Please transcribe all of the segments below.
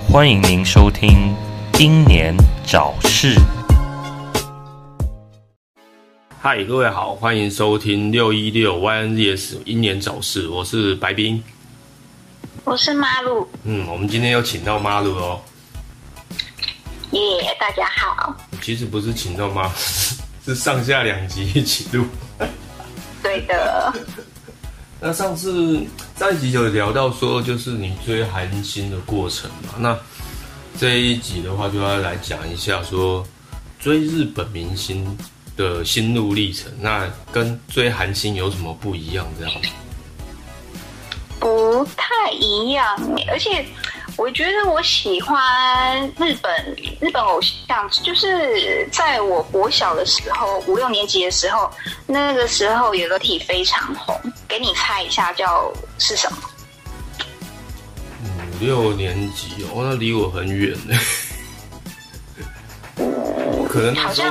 欢迎您收听英年早逝。 嗨，各位好，欢迎收听616 YNZS 英年早逝，我是白冰， 我是马路。 我们今天又请到马路哦。 耶，大家好。 其实不是请到马路，是上下2集一起录。 对的。 那上一集有聊到说，就是你追韩星的过程嘛。那这一集的话，就要来讲一下说追日本明星的心路历程。那跟追韩星有什么不一样？这样不太一样耶，而且我觉得我喜欢日本偶像，就是在我国小的时候，5、6年级的时候，那个时候有个体非常红，给你猜一下是什么 ？5、6年级哦，那离我很远呢。我可能那时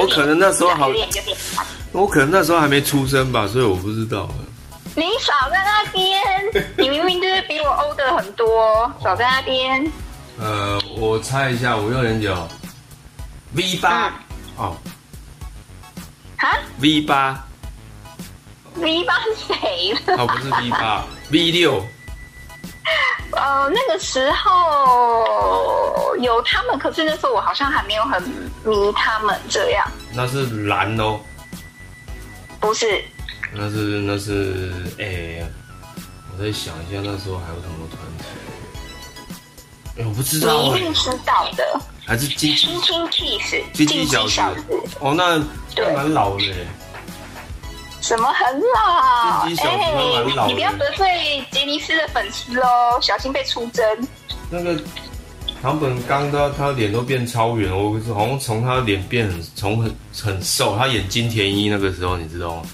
候还没出生吧，所以我不知道。 你少在那边，你明明就是比我欧的很多，少在那边。 我猜一下，5、6年级哦 ，V8、哦， 哈 ，V8 是谁了？ 哦，不是 V8，V6。 那个时候有他们，可是那时候我好像还没有很迷他们这样。 那是蓝哦。 不是。 那是我再想一下，那时候还有什么团体？我不知道。 你一定知道的。 还是金 Kiss， 金鸡小子。哦，那蛮老的耶。 什么很老？ 金鸡小子那蛮老的。 你不要得罪杰尼斯的粉丝哦，小心被出征。 那个堂本刚他脸都变超圆，我好像从他脸变很瘦，他演金田一那个时候，你知道吗？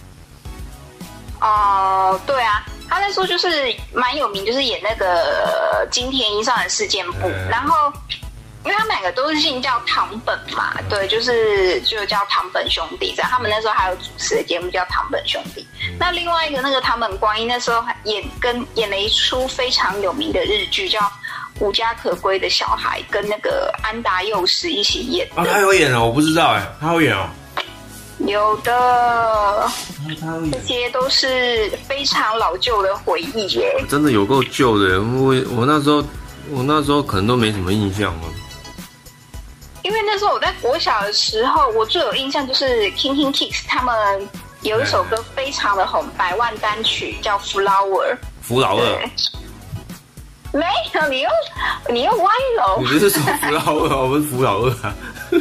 对啊，他那时候就是蛮有名，就是演那个金田一少年事件簿，然后因为他们2个都是姓叫堂本嘛，对，就叫堂本兄弟这样。他们那时候还有主持的节目叫堂本兄弟。那另外一个那个堂本光一那时候演了一出非常有名的日剧叫《无家可归的小孩》，跟那个安达佑实一起演的。 他有演哦，我不知道他有演哦。 有的，这些都是非常老旧的回忆耶。 真的有够旧的，我那时候可能都没什么印象了。 因为那时候我在国小的时候，我最有印象就是 KinKiKids 他们有一首歌非常的红，100万单曲叫《Flower》。 福老二。 没有，你又歪楼。 你不是说福老二，我不是福老二啊。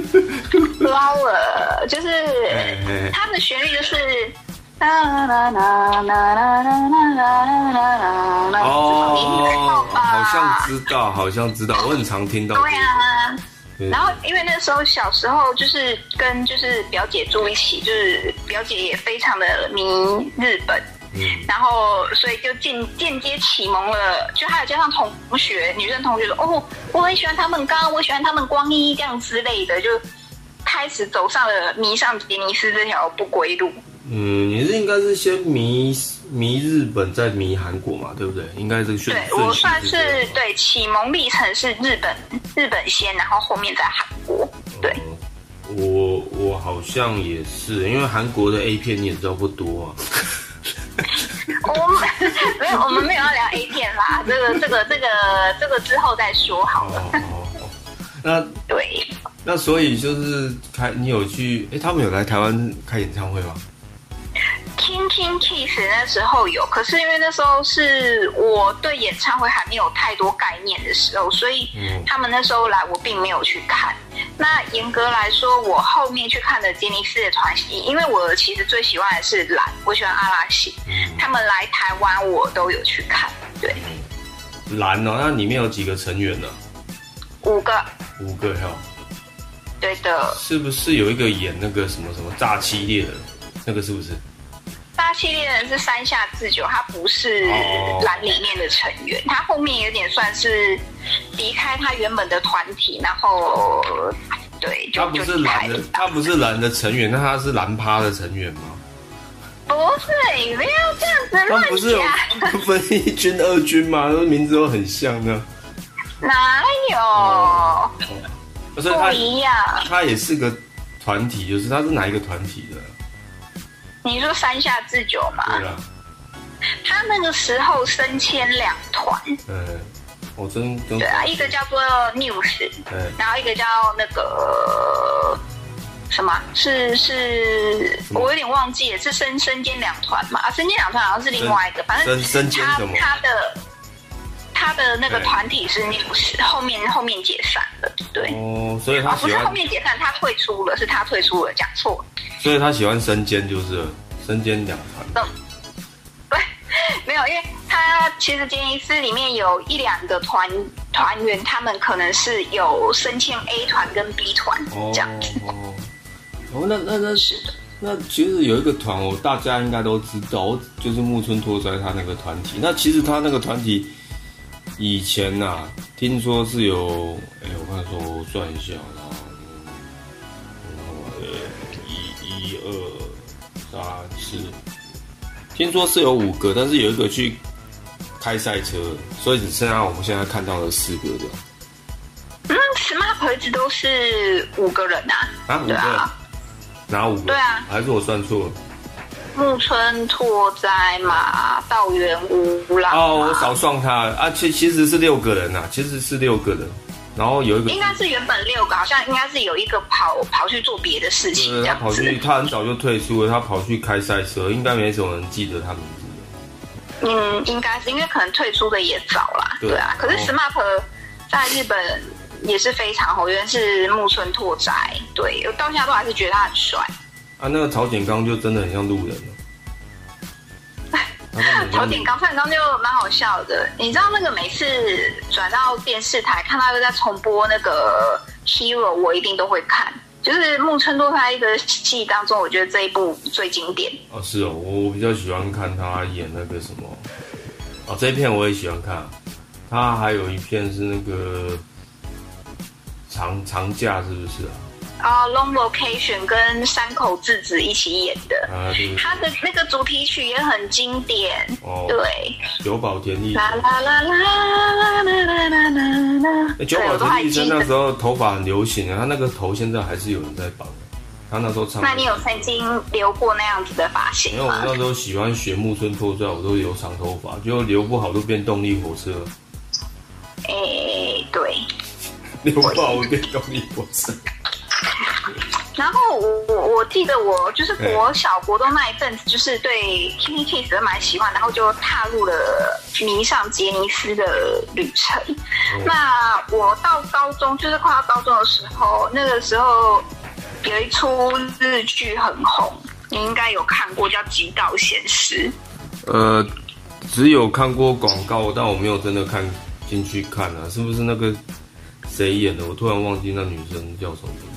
Flower 就是它的旋律就是好像知道，我很常听到。 对啊。然后因为那时候小时候就是跟表姐住一起，就是表姐也非常的迷日本。然后所以就间接启蒙了，就还有加上女生同学说，我很喜欢他们，我喜欢他们光一这样之类的，就开始走上了迷上杰尼斯这条不归路。 你应该是先迷日本，再迷韩国嘛，对不对？应该是对，我算是对启蒙历程是日本先，然后后面在韩国。对， 我好像也是，因为韩国的 A 片你也知道不多啊。 我们没有要聊 A 片啦，这个之后再说好了。 那对， 那所以就是你有去他们有来台湾开演唱会吗 ？KinKiKids 那时候有，可是因为那时候是我对演唱会还没有太多概念的时候，所以他们那时候来我并没有去看。那严格来说，我后面去看的杰尼斯的团体，因为我其实最喜欢的是蓝，我喜欢阿拉西，他们来台湾我都有去看。对， 蓝哦，那里面有几个成员呢 ？5个。 5个哈。 对的。 是不是有一个演那个什么诈欺猎人？那个是不是？ 诈欺猎人是山下智久，他不是蓝里面的成员，他后面有点算是离开他原本的团体，然后对， 他不是蓝的成员，那他是蓝趴的成员吗？ 不是，你不要这样子乱讲。 他不是有分1军、2军吗？名字都很像呢。 哪有？ 所以不一样。 他也是个团体，就是他是哪一个团体的？ 你说山下智久吗？ 对啦。 他那个时候升迁2团。 我真对啊，一个叫做 News， 然后一个叫那个什么，是我有点忘记了，是身兼2团嘛？身兼2团好像是另外一个，反正身兼什么？ 他的那个团体是 News， 后面解散了，对。 哦，所以他不是后面解散，他退出了，是他退出了，讲错了。 所以他喜欢身兼就是了身兼2团。 对，没有，因为他其实杰尼斯里面有1-2个团员，他们可能是有升迁 A 团跟 B 团这样子。 那其实有一个团，大家应该都知道，就是木村拓哉他那个团体。那其实他那个团体以前听说是有，我看说我算一下啦，1、2、3、4，听说是有5个，但是有一个去开赛车，所以只剩下我们现在看到的4个的。 SMAP 一直都是5个人 5个？哪5个？ 对啊， 还是我算错了？ 木村拓哉嘛，道元吾郎我少算他其实是6个人其实是6个人，然后有一个应该是原本6个，好像应该是有一个跑去做别的事情，这样子。 他很早就退出了，他跑去开赛车，应该没什么人记得他名字。 应该是因为可能退出的也早啦，对啊。可是 SMAP 在日本也是非常红，原来是木村拓哉，对，我到现在都还是觉得他很帅。 那个曹简刚就真的很像路人了。 曹简刚就蛮好笑的，你知道那个每次转到电视台看到又在重播那个 Hero， 我一定都会看。就是木村拓哉一个戏当中，我觉得这一部最经典。 是哦，我比较喜欢看他演那个什么，这一片我也喜欢看。他还有一片是那个长假，是不是 Long Vacation 跟山口智子一起演的， 对， 他的那个主题曲也很经典。对， 久保田利啦啦啦啦啦啦啦啦啦。 久保田利生那时候头发很流行他那个头现在还是有人在绑。他那时候唱。 那你有曾经留过那样子的发型吗？ 因为我那时候喜欢学木村拓哉，我都留长头发，结果留不好都变动力火车。 对， 留不好会变动力火车。 然后我记得我就是国小国中那一阵子，就是对 Kimi Kiss 蛮喜欢，然后就踏入了迷上杰尼斯的旅程。那我到高中，就是快要高中的时候，那个时候有一出日剧很红，你应该有看过，叫《极道鲜师》。 只有看过广告，但我没有真的看进去看是不是那个谁演的？我突然忘记那女生叫什么名字。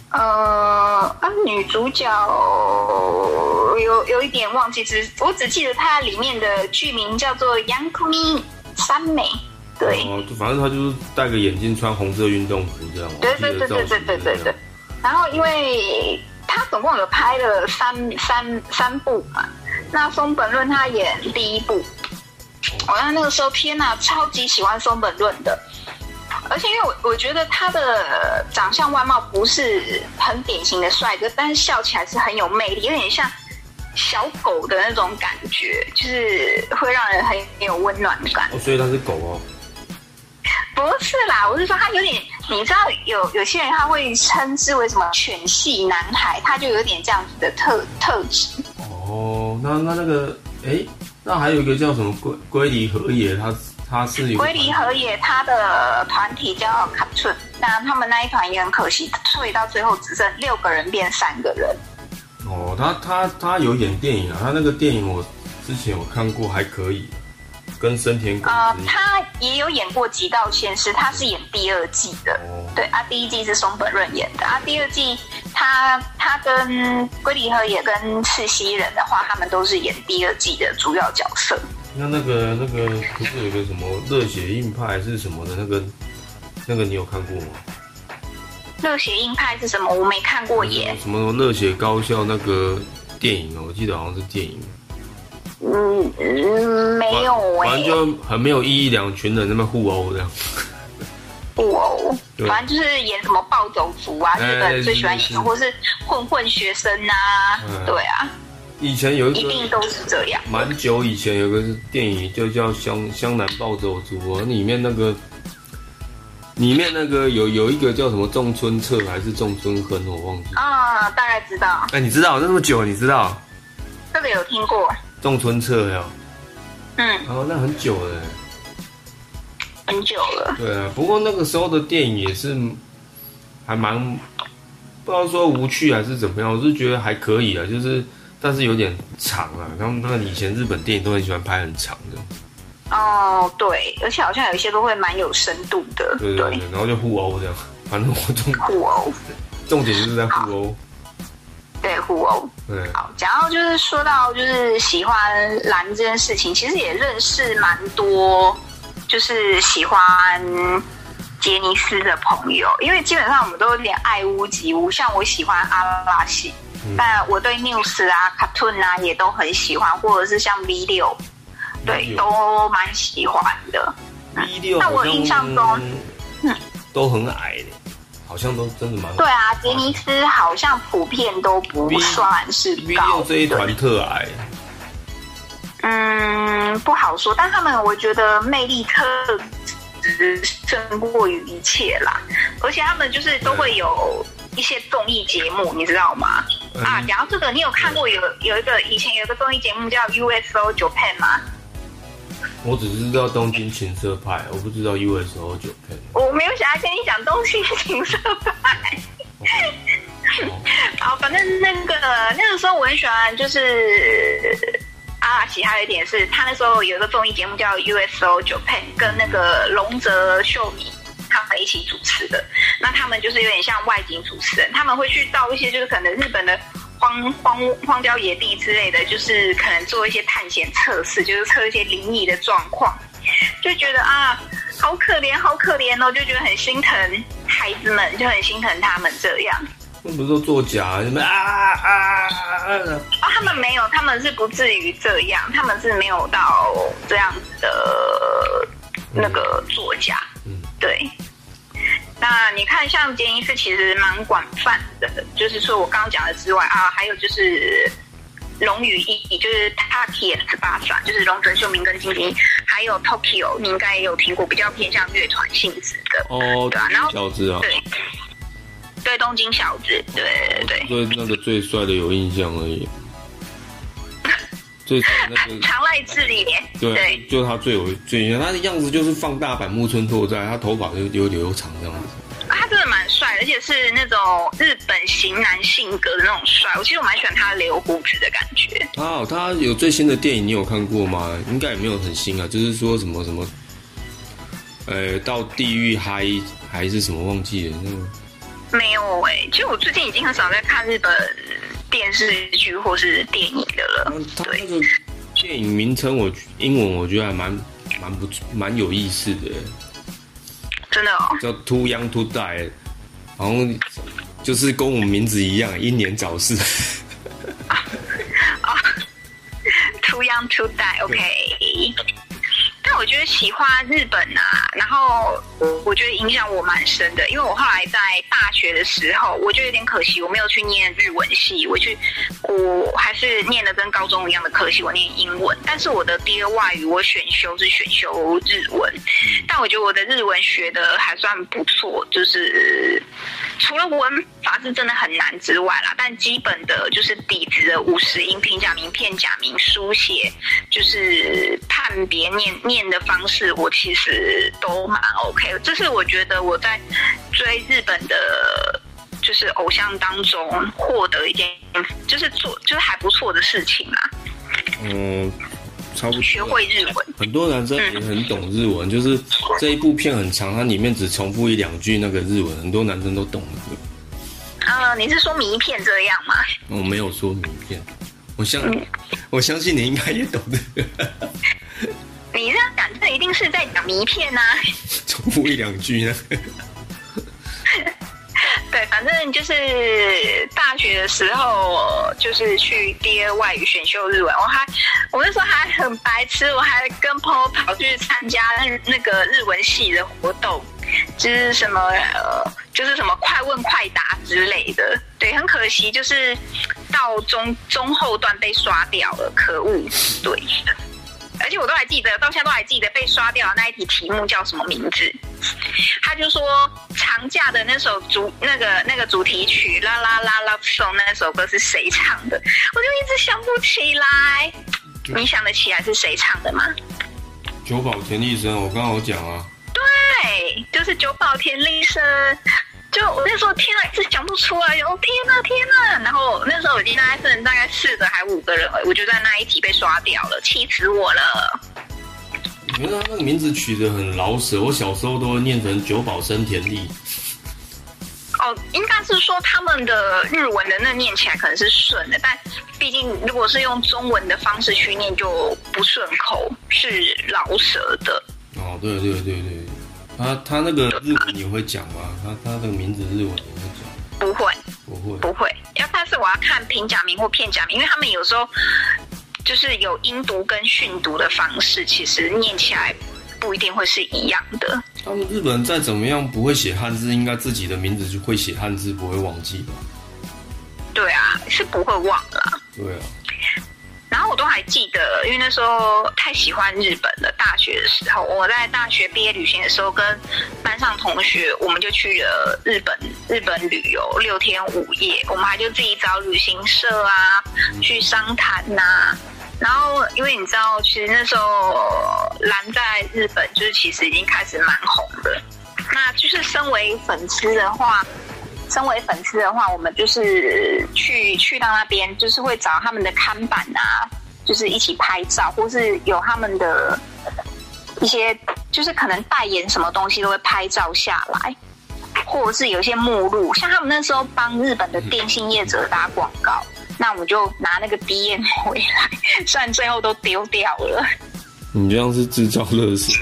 女主角有一点忘记，我只记得她里面的剧名叫做杨库米三美。对， 反正她就是戴个眼镜，穿红色运动服这样。 对。然后因为她总共有拍了三部嘛，那松本润他演第1部，那个时候天哪，超级喜欢松本润的。而且因为我觉得他的长相外貌不是很典型的帅哥，但是笑起来是很有魅力，有点像小狗的那种感觉，就是会让人很有温暖感。 所以他是狗哦？ 不是啦，我是说他有点，你知道有些人他会称之为什么犬系男孩，他就有点这样子的特质。 那个那还有一个叫什么龟梨和也，他是有龟梨和也，他的团体叫 Captain， 那他们那一团也很可惜，所以到最后只剩6个人变3个人。 他有演电影他那个电影我之前有看过，还可以，跟深田恭之他也有演过《极道鲜师》，他是演第2季的。对第1季是松本润演的第2季他跟龟梨和也跟赤西仁的话，他们都是演第2季的主要角色。 那个不是有个什么热血硬派还是什么的那个你有看过吗？ 热血硬派是什么？我没看过耶。 什么热血高校那个电影我记得好像是电影。 没有反正就很没有意义，2群人在那边互殴这样。 反正就是演什么暴走族啊，日本最喜欢演，或是混混学生啊，对啊。 以前有一个一定都是这样。 蛮久以前有个电影就叫湘南暴走族哦，里面那个有一个叫什么仲村彻还是仲村亨，我忘记。 啊，大概知道。 你知道那么久，你知道？ 这个有听过。 仲村彻呀。那很久了。 很久了。 对啊，不过那个时候的电影也是还蛮不知道说无趣还是怎么样，我是觉得还可以啊，就是但是有点长啊。他们那个以前日本电影都很喜欢拍很长的。 哦，对，而且好像有一些都会蛮有深度的。 对，然后就互殴这样，反正互殴， 重点就是在互殴。 对，互殴。好，讲到就是说到就是喜欢蓝这件事情，其实也认识蛮多，就是喜欢杰尼斯的朋友，因为基本上我们都有点爱屋及乌。像我喜欢阿拉西，但我对 News 啊、Cartoon 啊也都很喜欢，或者是像 V6，对，都蛮喜欢的。 V6， 但我印象中， 都很矮的。好像都真的蛮对啊，杰尼斯好像普遍都不算是高。 V6这一团特矮。 不好说，但他们我觉得魅力特质胜过于一切啦。而且他们就是都会有一些综艺节目，你知道吗？讲到这个，你有看过以前有一个综艺节目叫 USO Japan 吗？ 我只知道东京情色派，我不知道 USO Japan。 我没有想要跟你讲东京情色派。好，反正那个时候我很喜欢，就是阿拉西。还有一点是，他那时候有一个综艺节目叫 USO Japan， 跟那个龙泽秀明他们一起主持的。那他们就是有点像外景主持人，他们会去到一些就是可能日本的荒郊野地之类的，就是可能做一些探险测试，就是测一些灵异的状况，就觉得好可怜好可怜哦，就觉得很心疼孩子们，就很心疼他们这样。 他们不是都作假，你们他们没有，他们是不至于这样，他们是没有到这样子的那个作假。对。那你看，像杰尼斯其实蛮广泛的，就是说我刚刚讲的之外还有就是龙与翼，就是 Taki Tsubasa， 就是龙泽秀明跟金晶，还有 Tokyo， 你应该也有听过，比较偏向乐团性质的。对啊，然后小子啊， 对，东京小子，对。 对那个最帅的有印象而已。最帅的那个长濑智也，对， 就他最印象，他的样子就是放大版木村拓哉，他头发就留长这样子。 他真的蛮帅的，而且是那种日本型男性格的那种帅。其实我蛮喜欢他留胡子的感觉。 他有最新的电影，你有看过吗？应该也没有很新啊，就是说什么到地狱嗨还是什么忘记了那个。没有其实我最近已经很少在看日本电视剧或是电影的了。 他那个电影名称英文我觉得还蛮有意思的。 真的哦， 叫 Too Young to Die， 好像就是跟我们名字一样，英年早逝。 Too Young to Die，OK。但我觉得喜欢日本然后我觉得影响我蛮深的，因为我后来在大学的时候，我觉得有点可惜，我没有去念日文系，我还是念的跟高中一样的科系，我念英文，但是我的第二外语我选修日文，但我觉得我的日文学的还算不错，就是除了文法是真的很难之外啦，但基本的就是底子的50音、平假名、片假名、书写，就是判别念的方式，我其实都蛮 OK 的。这是我觉得我在追日本的，就是偶像当中获得一件，就是还不错的事情啦。 差不多学会日文， 很多男生也很懂日文，就是这一部片很长，它里面只重复1-2句那个日文，很多男生都懂的。 你是说迷片这样吗？ 我没有说迷片，我相信你应该也懂的。 你这样讲，这一定是在讲迷片重复1-2句呢。 对，反正就是大学的时候，就是去第二外语选修日文。我那时候还很白痴，我还跟朋友跑去参加那个日文系的活动。 就是什么就是什么快问快答之类的。对，很可惜，就是到中后段被刷掉了，可恶。对，而且我都还记得，到现在都还记得被刷掉的那一题题目叫什么名字。他就说长假的那首那个主题曲《啦啦啦 Love Song》那首歌是谁唱的，我就一直想不起来。你想得起来是谁唱的吗？ 久保田利生，我刚好讲啊。 对，就是久保田利生。就我那时候天啊，一直想不出来，哦天啊！然后那时候已经大概4个还5个人，我就在那一题被刷掉了，气死我了。 原来他那个名字取得很老舍，我小时候都会念成久保生田利。 哦，应该是说他们的日文的那念起来可能是顺的，但毕竟如果是用中文的方式去念就不顺口，是老舍的。 哦，对，他那个日文你会讲吗？他那个名字日文你会讲？不会。但是我要看平假名或片假名，因为他们有时候就是有音读跟训读的方式，其实念起来不一定会是一样的。 他们日本人再怎么样不会写汉字，应该自己的名字就会写汉字，不会忘记吧？ 对啊，是不会忘啦。 对啊。 然后我都还记得，因为那时候太喜欢日本了。大学的时候，我在大学毕业旅行的时候，跟班上同学，我们就去了日本旅游6天5夜。我们还就自己找旅行社啊，去商谈呐。然后，因为你知道，其实那时候蓝在日本就是其实已经开始蛮红的。那就是身为粉丝的话，我们就是去到那边，就是会找他们的看板啊，就是一起拍照，或是有他们的一些，就是可能代言什么东西都会拍照下来，或者是有一些目录，像他们那时候帮日本的电信业者打广告，那我们就拿那个 DM 回来，虽然最后都丢掉了。 你这样是制造垃圾。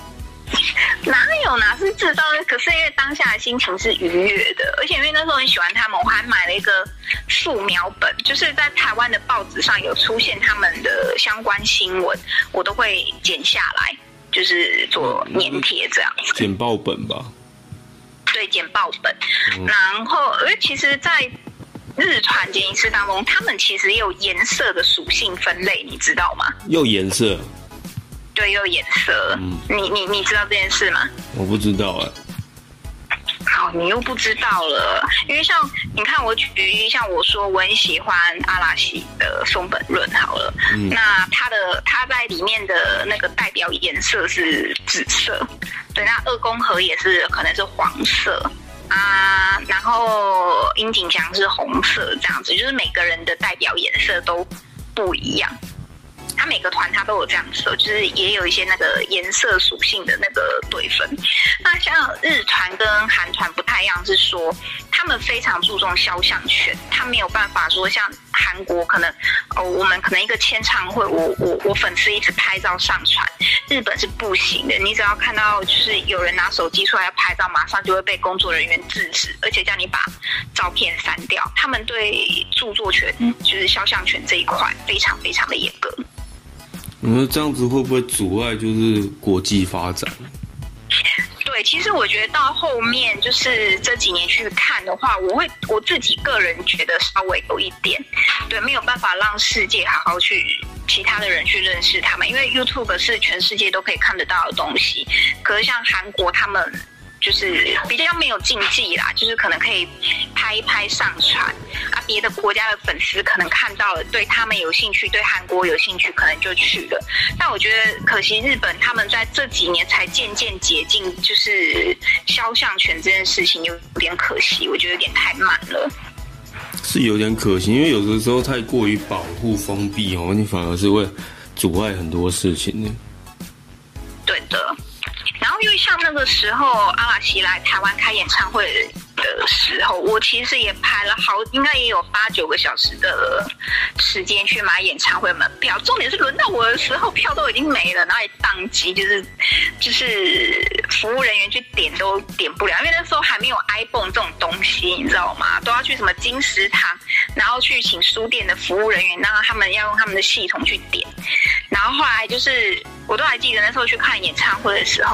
哪是制造的？可是因为当下的心情是愉悦的，而且因为那时候很喜欢他们，我还买了一个素描本，就是在台湾的报纸上有出现他们的相关新闻，我都会剪下来，就是做粘贴这样子。 简报本吧？ 对，简报本。然后，其实，在日团剪辑师当中，他们其实也有颜色的属性分类，你知道吗？ 又颜色。 对，又颜色。你知道这件事吗？ 我不知道好，你又不知道了，因为像你看，我举例，像我说我很喜欢阿拉西的松本润好了，那他在里面的那个代表颜色是紫色，对，那二宫和也是可能是黄色啊，然后樱井翔是红色，这样子，就是每个人的代表颜色都不一样。他每个团他都有这样色，就是也有一些那个颜色属性的那个对分。那像日团跟韩团不太一样，是说他们非常注重肖像权，他没有办法说像韩国可能我们可能一个签唱会，我粉丝一直拍照上传，日本是不行的。你只要看到就是有人拿手机出来拍照，马上就会被工作人员制止，而且叫你把照片删掉。他们对著作权就是肖像权这一块非常非常的严格。 你说这样子会不会阻碍就是国际发展？ 对，其实我觉得到后面就是这几年去看的话，我自己个人觉得稍微有一点，对，没有办法让世界好好去其他的人去认识他们，因为 YouTube 是全世界都可以看得到的东西，可是像韩国他们就是比较没有禁忌啦，就是可能可以拍一拍上传啊，别的国家的粉丝可能看到了，对他们有兴趣，对韩国有兴趣，可能就去了。但我觉得可惜日本他们在这几年才渐渐解禁，就是肖像权这件事情有点可惜，我觉得有点太慢了。 是有点可惜，因为有的时候太过于保护封闭哦，你反而是会阻碍很多事情的。 对的。然后因为像那个时候阿拉西来台湾开演唱会的时候，我其实也排了应该也有8、9个小时的时间去买演唱会门票。重点是轮到我的时候，票都已经没了，然后也宕机，就是服务人员去点都点不了，因为那时候还没有 iPhone 这种东西，你知道吗？都要去什么金石堂，然后去请书店的服务人员，让他们要用他们的系统去点。然后后来就是我都还记得那时候去看演唱会的时候，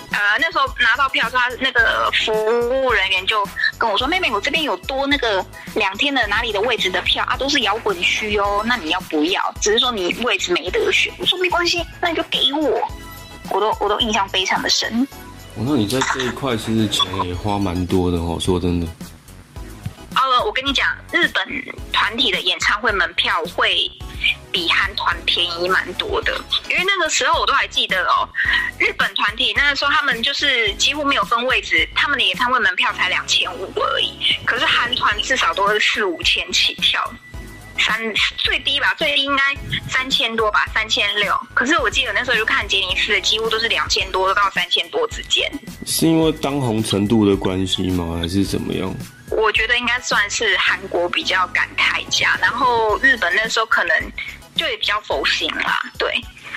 那时候拿到票，他那个服务人员就跟我说：“妹妹，我这边有多那个2天的哪里的位置的票啊，都是摇滚区哦，那你要不要？只是说你位置没得选。”我说没关系，那你就给我。我都印象非常的深。 那你在这一块其实钱也花蛮多的哦，说真的。 我跟你讲，日本团体的演唱会门票会比韩团便宜蛮多的，因为那个时候我都还记得哦，日本团体那个时候他们就是几乎没有分位置，他们的演唱会门票才2500而已，可是韩团至少都是4、5千起跳。最低吧，最低应该3000多吧，3600。可是我记得那时候就看杰尼斯的，几乎都是2000多到3000多之间。是因为当红程度的关系吗？还是怎么样？ 我觉得应该算是韩国比较敢开价，然后日本那时候可能就也比较佛心啦，对。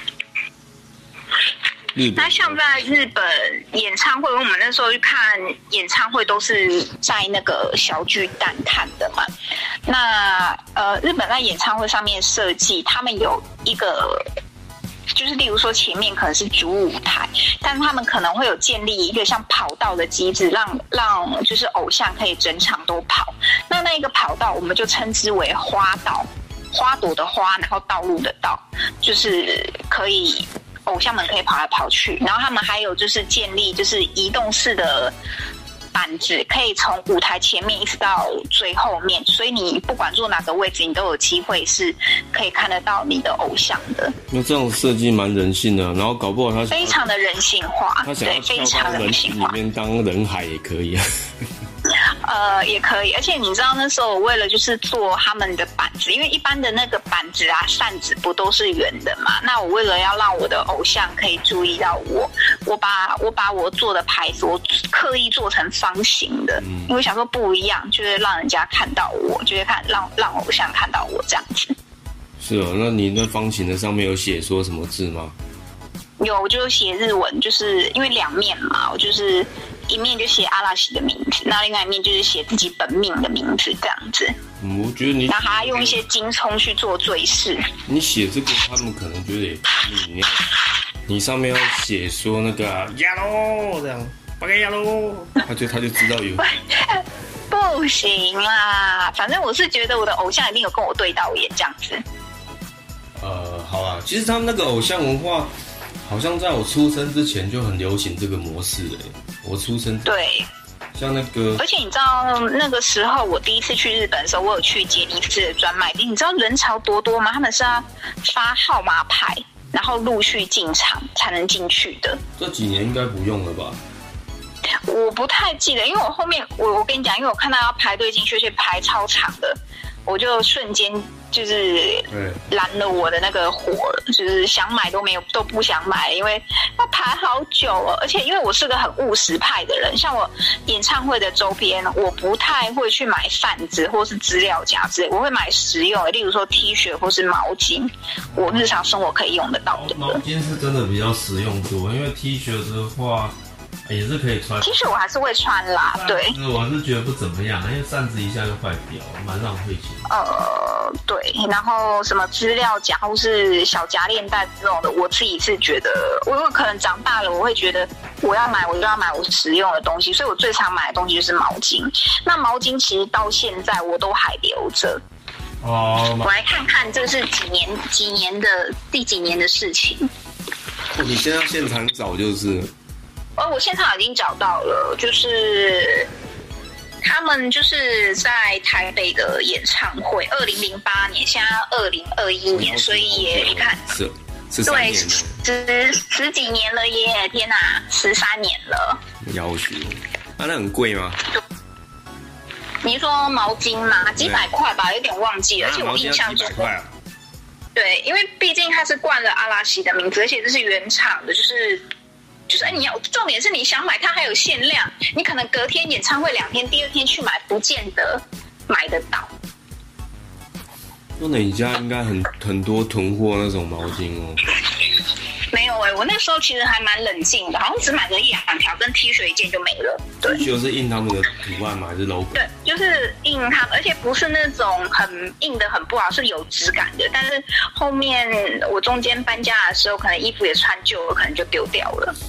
那像在日本演唱会，我们那时候去看演唱会都是在那个小巨蛋看的嘛。那日本在演唱会上面设计，他们有一个，就是例如说前面可能是主舞台，但他们可能会有建立一个像跑道的机制，让就是偶像可以整场都跑。那一个跑道我们就称之为花道，花朵的花，然后道路的道，就是可以。偶像们可以跑来跑去，然后他们还有就是建立就是移动式的板子，可以从舞台前面一直到最后面，所以你不管坐哪个位置，你都有机会是可以看得到你的偶像的。那这种设计蛮人性的，然后搞不好他非常的人性化， 他想要非常人性化， 里面当人海也可以啊。 也可以，而且你知道那时候我为了就是做他们的板子，因为一般的那个板子啊扇子不都是圆的嘛，那我为了要让我的偶像可以注意到我把我做的牌子我刻意做成方形的，因为想说不一样，就是让人家看到我，就是让偶像看到我这样子。 是哦，那你那方形的上面有写说什么字吗？ 有，就写日文，就是因为2面嘛，我就是一面就写阿拉西的名字，那另外一面就是写自己本命的名字这样子。 我觉得你， 然后还要用一些金葱去做坠饰。 你写这个，他们可能觉得也叛逆。你上面要写说那个呀喽这样，八个呀喽，他就知道有。 不行啦，反正我是觉得我的偶像一定有跟我对到眼这样子。 好啦，其实他们那个偶像文化。好像在我出生之前就很流行这个模式我出生对， 像那个， 而且你知道那个时候我第一次去日本的时候，我有去杰尼斯的专卖店，你知道人潮多多吗？他们是要发号码牌，然后陆续进场才能进去的。 这几年应该不用了吧？ 我不太记得，因为我后面我跟你讲，因为我看到要排队进去，而且排超长的，我就瞬间就是燃了我的那个火了，就是想买都不想买，因为要排好久哦。而且因为我是个很务实派的人，像我演唱会的周边，我不太会去买扇子或是资料夹之类，我会买实用的，例如说 T 恤或是毛巾，我日常生活可以用得到的。 毛巾是真的比较实用多，因为 T 恤的话。也是可以穿 T 恤，我还是会穿啦。对， 我是觉得不怎么样，因为扇子一下就坏掉，蛮浪费钱。 对，然后什么资料夹或是小夹链袋这种的，我自己是觉得，我有可能长大了，我会觉得我要买，我就要买我实用的东西，所以我最常买的东西就是毛巾。那毛巾其实到现在我都还留着。我来看看这是第几年的事情。 你现在现场找就是。 我现场已经找到了，就是他们就是在台北的演唱会，2008年，现在2021年，所以也你看，对，十几年了耶！天哪，13年了。 要求，那很贵吗？ 你说毛巾吗？几百块吧，有点忘记了，而且我印象中，对，因为毕竟他是冠了阿拉西的名字，而且这是原厂的，就是你要重点是你想买它还有限量，你可能隔天演唱会2天，第2天去买不见得买得到。 那你家应该很多囤货那种毛巾哦。 没有我那时候其实还蛮冷静的，好像只买了1-2条，跟 T 恤1件就没了。对， T 恤是印他们的图案吗？还是 logo？ 对，就是印他们，而且不是那种很印的很不好，是有质感的。但是后面我中间搬家的时候，可能衣服也穿旧了，可能就丢掉了。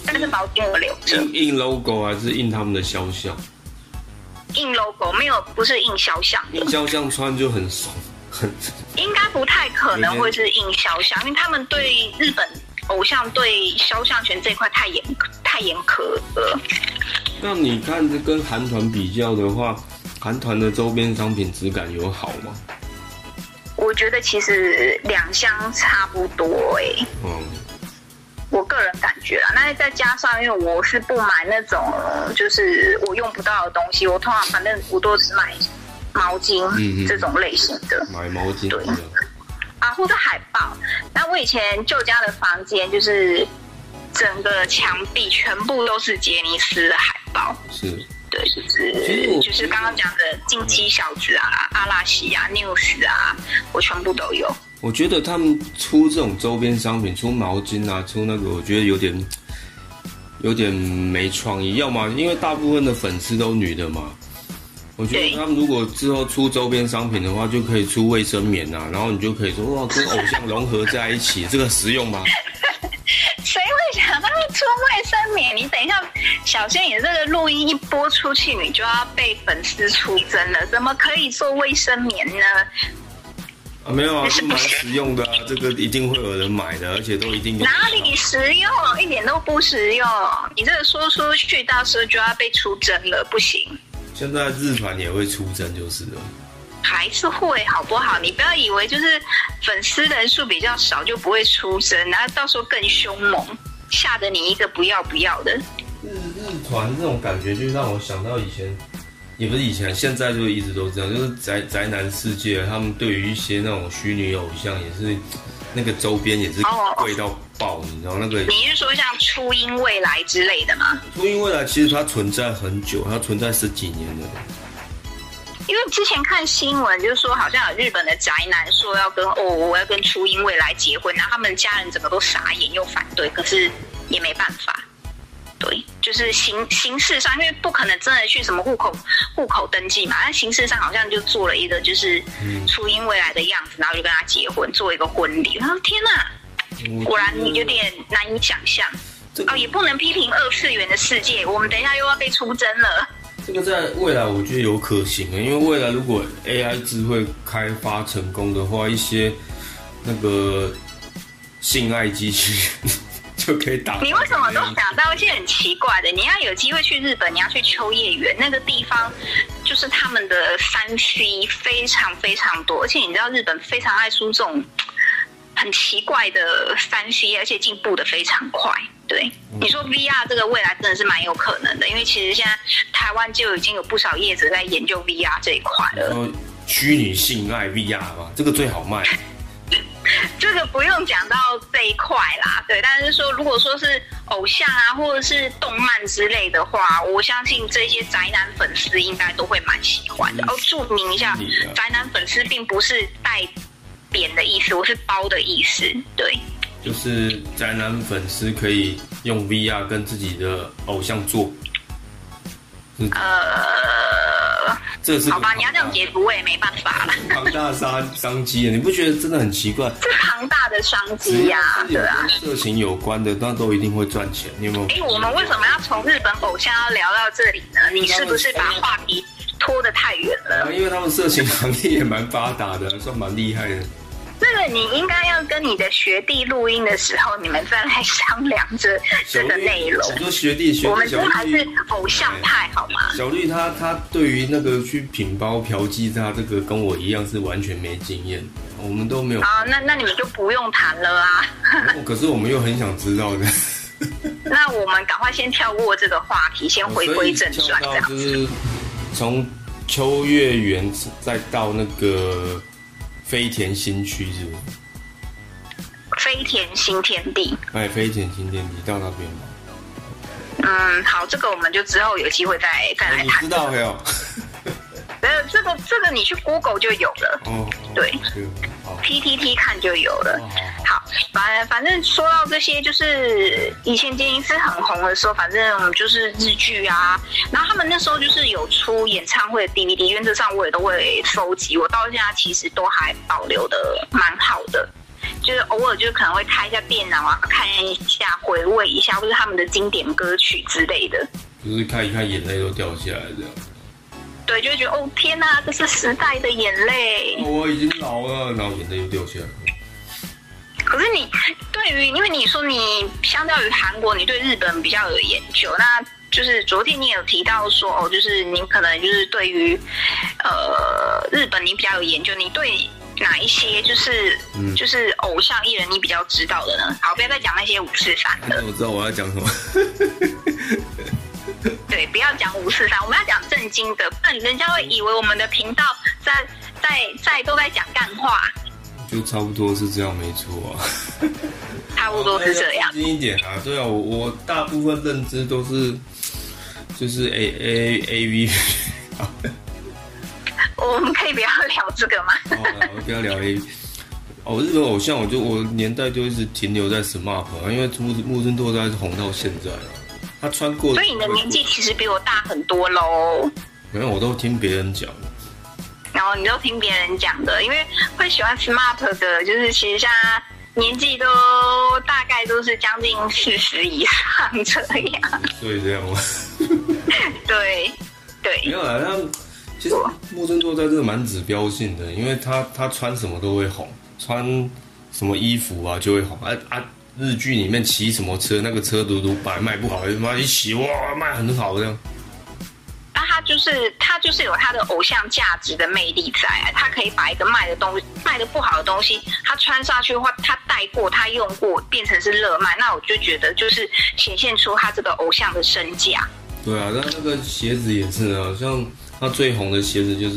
但是毛巾我留着。 印 logo 还是印他们的肖像？ 印 logo 没有，不是印肖像的。 印肖像穿就很怂， 应该不太可能会是印肖像，因为他们对日本偶像对肖像权这一块太严苛了。 那你看这跟韩团比较的话，韩团的周边商品质感有好吗？ 我觉得其实两相差不多我个人感觉啦，那再加上因为我是不买那种就是我用不到的东西，我通常反正我都是买毛巾这种类型的， 买毛巾对啊，或者海报。那我以前旧家的房间就是整个墙壁全部都是杰尼斯的海报， 是。 对，就是刚刚讲的进击小子啊、阿拉西啊、News 啊，我全部都有。 我觉得他们出这种周边商品，出毛巾啊，出那个，我觉得有点没创意。要么因为大部分的粉丝都女的嘛，我觉得他们如果之后出周边商品的话，就可以出卫生棉啊，然后你就可以说哇，跟偶像融合在一起，这个实用吗？ 谁会想到出卫生棉？你等一下，小心你这个录音一播出去，你就要被粉丝出征了。怎么可以做卫生棉呢？ 没有啊，是蛮实用的啊，这个一定会有人买的，而且都一定哪里实用？一点都不实用。你这个说出去，到时候就要被出征了，不行。 现在日团也会出征就是了。 还是会好不好？你不要以为就是粉丝人数比较少就不会出征，然后到时候更凶猛，吓得你一个不要的。 日团这种感觉就让我想到以前，也不是以前，现在就一直都这样，就是宅男世界，他们对于一些那种虚拟偶像也是那个周边也是贵到爆，你知道那个？ 你是说像初音未来之类的吗？ 初音未来其实它存在很久，它存在10几年了。 因为之前看新闻，就是说好像有日本的宅男说我要跟初音未来结婚，然后他们家人整个都傻眼又反对，可是也没办法。对，就是形式上，因为不可能真的去什么户口登记嘛，但形式上好像就做了一个就是初音未来的样子，然后就跟他结婚，做一个婚礼。然后天哪，果然有点难以想象。也不能批评2次元的世界，我们等一下又要被出征了。 这个在未来我觉得有可行的，因为未来如果 AI 智慧开发成功的话，一些那个性爱机器人就可以打。 你为什么都想到一些很奇怪的？你要有机会去日本，你要去秋叶原那个地方，就是他们的3C 非常非常多，而且你知道日本非常爱出这种很奇怪的3C，而且进步的非常快。对，你说 VR 这个未来真的是蛮有可能的，因为其实现在台湾就已经有不少业者在研究 VR 这一块了。 然后虚拟性爱 VR 嘛，这个最好卖。 这个不用讲到这一块啦，对，但是说如果说是偶像啊，或者是动漫之类的话，我相信这些宅男粉丝应该都会蛮喜欢的。注明一下，宅男粉丝并不是带扁的意思，我是包的意思，对。 就是宅男粉丝可以用 VR 跟自己的偶像做，这是好吧，你要这样解读我也没办法了。 庞大的商机，你不觉得真的很奇怪？ 是庞大的商机呀，对啊。 色情有关的，那都一定会赚钱，你有没有？ 我们为什么要从日本偶像要聊到这里呢？你是不是把话题拖得太远了？ 因为他们色情行业也蛮发达的，算蛮厉害的。 这个你应该要跟你的学弟录音的时候，你们再来商量这个内容。 我说学弟， 我们这还是偶像派好吗？ 小绿他对于那个去品包嫖妓，他这个跟我一样是完全没经验，我们都没有。 好，那你们就不用谈了啊。 可是我们又很想知道的。 那我们赶快先跳过这个话题，先回归正传，这样子。 就是从秋叶原再到那个飞田新区是不是？ 飞田新天地。 飞田新天地到那边吗？好，这个我们就之后有机会再来谈。 你知道没有？ 这个你去 Google 就有了。对。PTT 看就有了。好，反正说到这些，就是以前杰尼斯很红的时候，反正就是日剧啊，然后他们那时候就是有出演唱会的 DVD， 原则上我也都会收集，我到现在其实都还保留的蛮好的。 就是偶尔就可能会开一下电脑啊，看一下回味一下，或者他们的经典歌曲之类的。 就是看一看眼泪都掉下来这样。 对，就会觉得哦天哪，这是时代的眼泪。 我已经老了，然后眼泪又掉下来。 可是你对于，因为你说你相较于韩国，你对日本比较有研究，那就是昨天你有提到说哦，就是你可能就是对于日本你比较有研究，你对哪一些就是偶像艺人你比较知道的呢？好，不要再讲那些543了。 我知道我要讲什么。 对，不要讲543，我们要讲正经的，不然人家会以为我们的频道都在讲干话。 就差不多是这样，没错啊。 差不多是这样。 正经一点啊，对啊，我大部分认知都是就是 AV。 我们可以不要聊这个吗？ 我不要聊 AV。日本偶像，我年代就一直停留在 SMAP 啊，因为木村拓哉是红到现在啊。他穿过， 所以你的年纪其实比我大很多喽。 没有，我都听别人讲。 然后你都听别人讲的，因为会喜欢 SMAP 的，就是其实像年纪都大概都是将近40以上这样。 所以这样吗？ 对。 没有啦，其实木村拓哉真的蛮指标性的，因为他穿什么都会红，穿什么衣服啊就会红日剧里面骑什么车，那个车嘟白卖不好，妈一骑哇卖很好这样。 那他就是有他的偶像价值的魅力在啊，他可以把一个卖的不好的东西，他穿上去的话，他戴过，他用过，变成是热卖，那我就觉得就是显现出他这个偶像的身价。 对啊，那个鞋子也是啊，像他最红的鞋子就是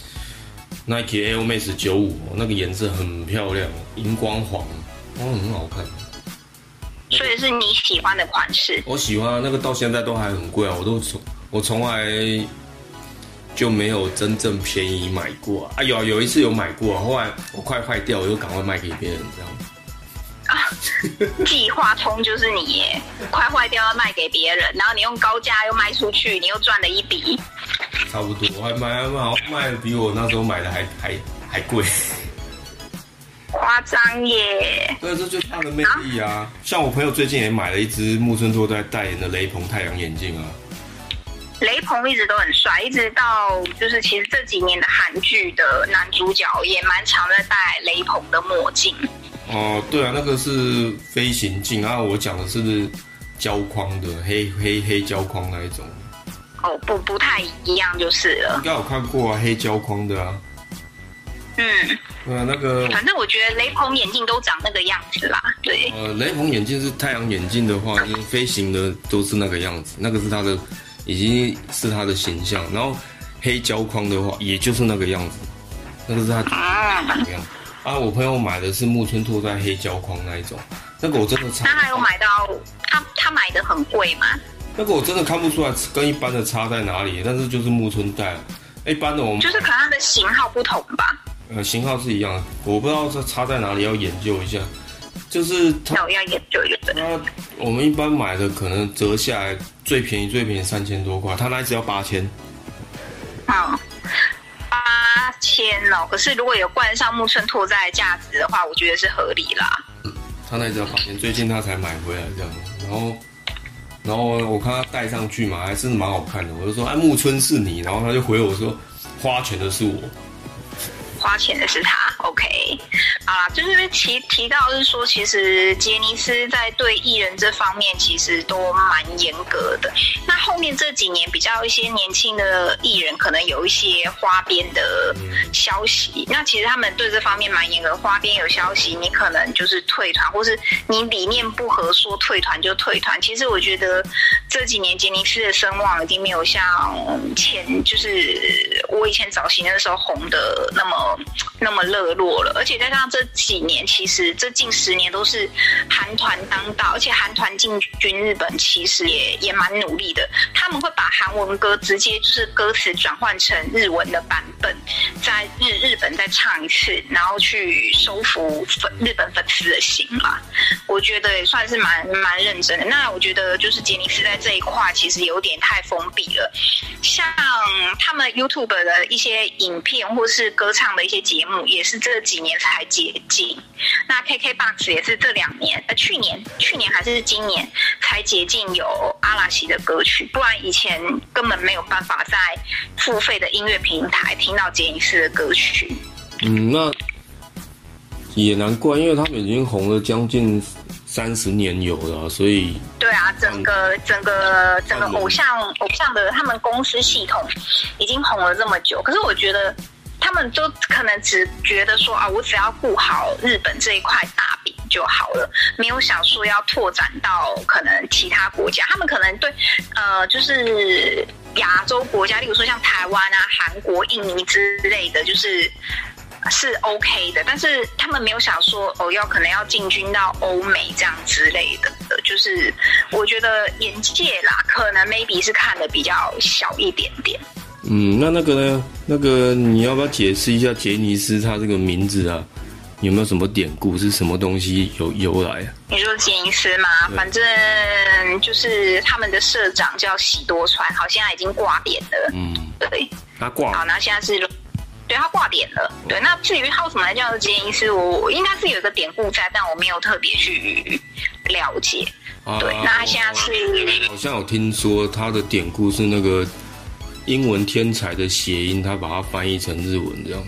Nike Air Max 95，那个颜色很漂亮，荧光黄，很好看。 所以是你喜欢的款式？ 我喜欢啊，那个到现在都还很贵啊，我从来就没有真正便宜买过啊。有一次有买过啊，后来我快坏掉，我就赶快卖给别人这样。 计划通就是你耶，快坏掉要卖给别人，然后你用高价又卖出去，你又赚了一笔。 差不多，我还卖的比我那时候买的还贵。 夸张耶！ 对，这就是他的魅力啊！像我朋友最近也买了一只木村拓哉代言的雷朋太阳眼镜啊。 雷朋一直都很帅，一直到就是其实这几年的韩剧的男主角也蛮常在戴雷朋的墨镜。 哦，对啊，那个是飞行镜啊，我讲的是胶框的黑胶框那一种。 哦，不太一样就是了。 应该有看过啊，黑胶框的啊。对啊，那个反正我觉得雷朋眼镜都长那个样子啦。对。 雷朋眼镜是太阳眼镜的话，就是飞行的都是那个样子，那个是他的，已经是他的形象。然后黑胶框的话，也就是那个样子，那个是他怎么样？我朋友买的是木村拓哉黑胶框那一种，那个我真的他还有买到他买的很贵吗？ 那个我真的看不出来跟一般的差在哪里，但是就是木村戴，一般的我们就是可能它的型号不同吧。 型号是一样的，我不知道这差在哪里，要研究一下。就是要研究一下。 我们一般买的可能折下来最便宜3000多块，他那一只要8000。 8000哦，可是如果有冠上木村拓哉的价值的话，我觉得是合理啦。 他那一只要8000，最近他才买回来这样，然后我看他戴上去嘛，还是蛮好看的。我就说木村是你，然后他就回我说花钱的是我。 花钱的是他 ，OK， 啊，就是提到是说，其实杰尼斯在对艺人这方面其实都蛮严格的。那后面这几年比较一些年轻的艺人，可能有一些花边的消息，那其实他们对这方面蛮严格。花边有消息，你可能就是退团，或是你理念不合，说退团就退团。其实我觉得这几年杰尼斯的声望已经没有像就是我以前早期那时候红的那么热络了，而且再加上这几年，其实这近10年都是韩团当道，而且韩团进军日本其实也蛮努力的，他们会把韩文歌直接就是歌词转换成日文的版本，在日本再唱一次，然后去收服日本粉丝的心嘛。 我觉得也算是蛮认真的。那我觉得就是杰尼斯在这一块其实有点太封闭了，像他们 YouTube 的一些影片或是歌唱的一些节目，也是这几年才解禁。那 KKBOX 也是这2年，去年还是今年才解禁有阿拉西的歌曲，不然以前根本没有办法在付费的音乐平台听到杰尼斯的歌曲。 那也难怪，因为他们已经红了将近30年有了，所以对啊，整个偶像的他们公司系统已经红了这么久，可是我觉得他们就可能只觉得说啊，我只要顾好日本这一块大饼就好了，没有想说要拓展到可能其他国家。他们可能对就是亚洲国家，例如说像台湾啊、韩国、印尼之类的，是 OK 的，但是他们没有想说可能要进军到欧美这样之类的，就是我觉得眼界啦，可能 maybe 是看的比较小一点点。 那个呢？那个你要不要解释一下杰尼斯他这个名字啊？有没有什么典故？是什么东西由来啊？ 你说杰尼斯嘛，反正就是他们的社长叫喜多川，好，现在已经挂点了。对， 他挂。 好，那现在是。对，他挂点了。对，那至于他为什么来叫杰尼斯，我应该是有一个典故在，但我没有特别去了解。对，那他现在是好像有听说他的典故是那个英文天才的谐音，他把它翻译成日文这样。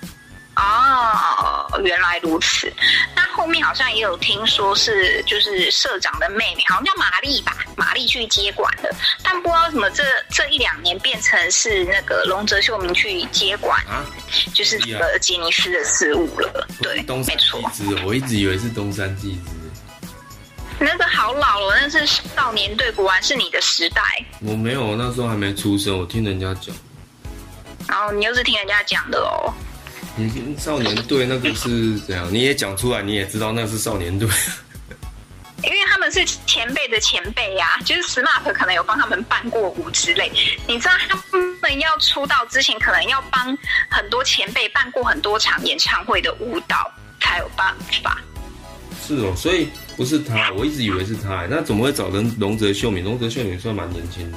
原来如此。那后面好像也有听说是就是社长的妹妹，好像叫玛丽吧，玛丽去接管了，但不知道为什么这1-2年变成是那个龙泽秀明去接管，就是这个杰尼斯的事务了。对，没错。 我一直以为是东山纪之。 那个好老了，那是少年队，果然是你的时代。 我没有，那时候还没出生，我听人家讲。 然后你又是听人家讲的哦。 少年队那个是怎样？你也讲出来，你也知道那是少年队。 因为他们是前辈的前辈呀，就是 SMAP 可能有帮他们伴过舞之类。你知道他们要出道之前，可能要帮很多前辈伴过很多场演唱会的舞蹈才有办法。 是哦，所以不是他，我一直以为是他。那怎么会找龙泽秀明？龙泽秀明算蛮年轻的。